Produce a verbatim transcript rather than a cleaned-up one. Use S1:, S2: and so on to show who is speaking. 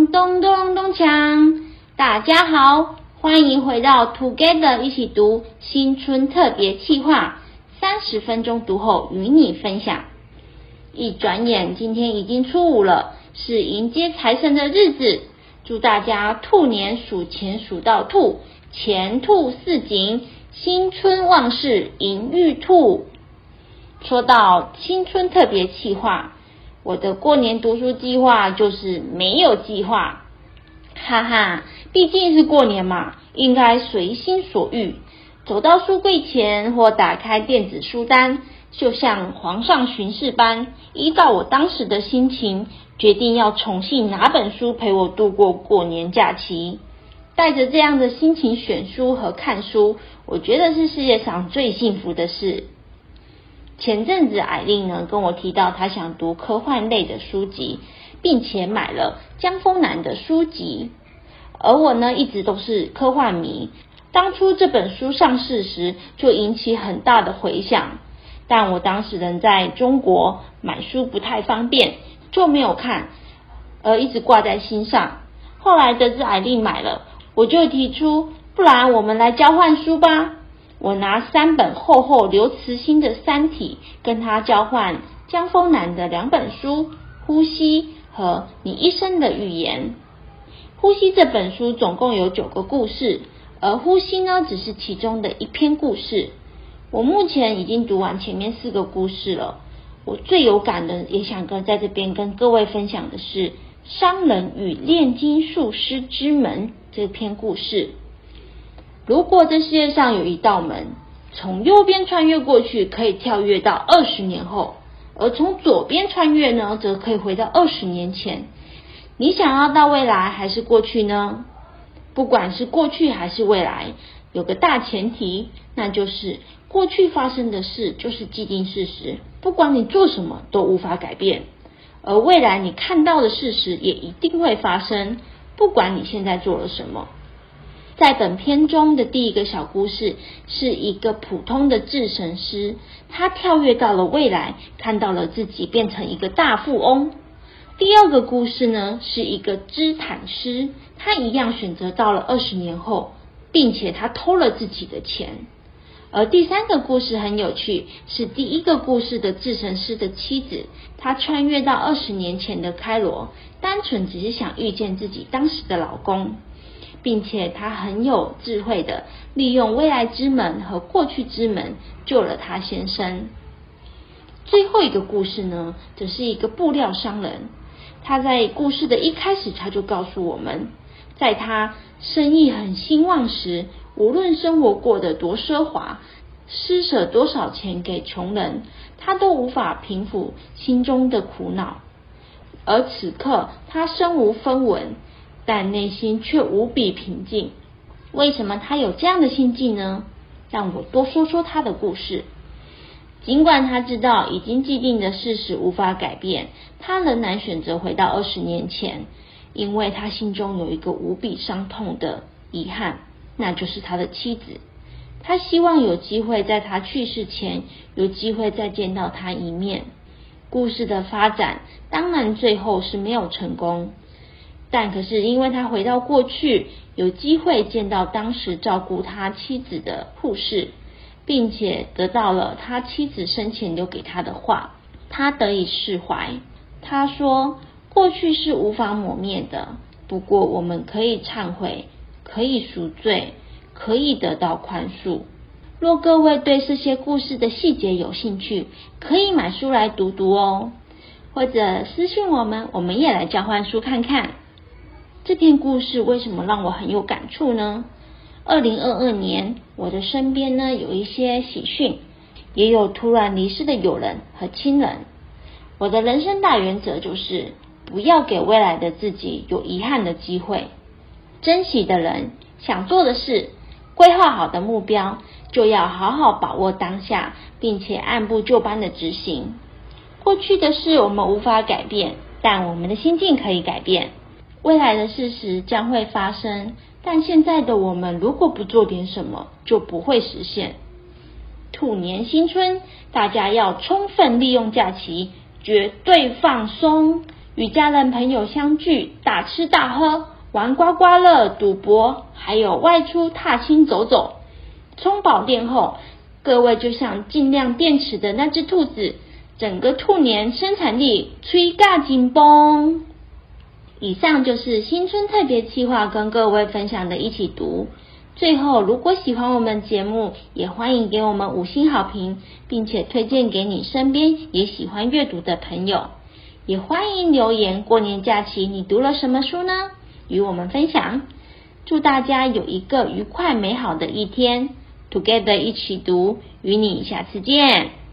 S1: 锵，咚咚咚锵！大家好，欢迎回到 Together 一起读新春特别企划，三十分钟读后与你分享。一转眼，今天已经初五了，是迎接财神的日子。祝大家兔年数钱数到吐，前兔似锦，新春旺事迎玉兔。说到新春特别企划，我的过年读书计划就是没有计划，哈哈，毕竟是过年嘛，应该随心所欲，走到书柜前或打开电子书单，就像皇上巡视般，依照我当时的心情，决定要宠幸哪本书陪我度过过年假期。带着这样的心情选书和看书，我觉得是世界上最幸福的事。前阵子艾琳呢跟我提到她想读科幻类的书籍，并且买了江丰南的书籍，而我呢一直都是科幻迷，当初这本书上市时就引起很大的回响，但我当时人在中国，买书不太方便，就没有看，而一直挂在心上。后来得知艾琳买了，我就提出，不然我们来交换书吧。我拿三本厚厚刘慈欣的《三体》跟他交换江丰南的两本书《呼吸》和《你一生的预言》。《呼吸》这本书总共有九个故事，而《呼吸》呢只是其中的一篇故事。我目前已经读完前面四个故事了，我最有感的也想跟在这边跟各位分享的是《商人与炼金术师之门》这篇故事。如果这世界上有一道门，从右边穿越过去可以跳跃到二十年后，而从左边穿越呢，则可以回到二十年前。你想要到未来还是过去呢？不管是过去还是未来，有个大前提，那就是过去发生的事就是既定事实，不管你做什么都无法改变。而未来你看到的事实也一定会发生，不管你现在做了什么。在本篇中的第一个小故事是一个普通的制神师，他跳跃到了未来，看到了自己变成一个大富翁。第二个故事呢，是一个织毯师，他一样选择到了二十年后，并且他偷了自己的钱。而第三个故事很有趣，是第一个故事的制神师的妻子，她穿越到二十年前的开罗，单纯只是想遇见自己当时的老公，并且她很有智慧的利用未来之门和过去之门救了她先生。最后一个故事呢，则是一个布料商人，他在故事的一开始他就告诉我们，在他生意很兴旺时，无论生活过得多奢华，施舍多少钱给穷人，他都无法平复心中的苦恼。而此刻他身无分文，但内心却无比平静。为什么他有这样的心境呢？让我多说说他的故事。尽管他知道已经既定的事实无法改变，他仍然选择回到二十年前，因为他心中有一个无比伤痛的遗憾，那就是他的妻子。他希望有机会在他去世前，有机会再见到他一面。故事的发展当然最后是没有成功，但可是因为他回到过去，有机会见到当时照顾他妻子的护士，并且得到了他妻子生前留给他的话，他得以释怀。他说，过去是无法抹灭的，不过我们可以忏悔，可以赎罪，可以得到宽恕。若各位对这些故事的细节有兴趣，可以买书来读读哦，或者私讯我们，我们也来交换书看看。这篇故事为什么让我很有感触呢？二零二二年，我的身边呢有一些喜讯，也有突然离世的友人和亲人。我的人生大原则就是，不要给未来的自己有遗憾的机会。珍惜的人，想做的事，规划好的目标，就要好好把握当下，并且按部就班的执行。过去的事我们无法改变，但我们的心境可以改变。未来的事实将会发生，但现在的我们如果不做点什么，就不会实现。兔年新春，大家要充分利用假期，绝对放松。 与家人朋友相聚，大吃大喝，玩刮刮乐、赌博，还有外出踏青走走。充饱电后，各位就像尽量电池的那只兔子，整个兔年生产力催嘎紧绷。以上就是新春特别企划跟各位分享的一起读。最后，如果喜欢我们节目，也欢迎给我们五星好评，并且推荐给你身边也喜欢阅读的朋友。也欢迎留言，过年假期你读了什么书呢？与我们分享。祝大家有一个愉快美好的一天。Together 一起读，与你下次见。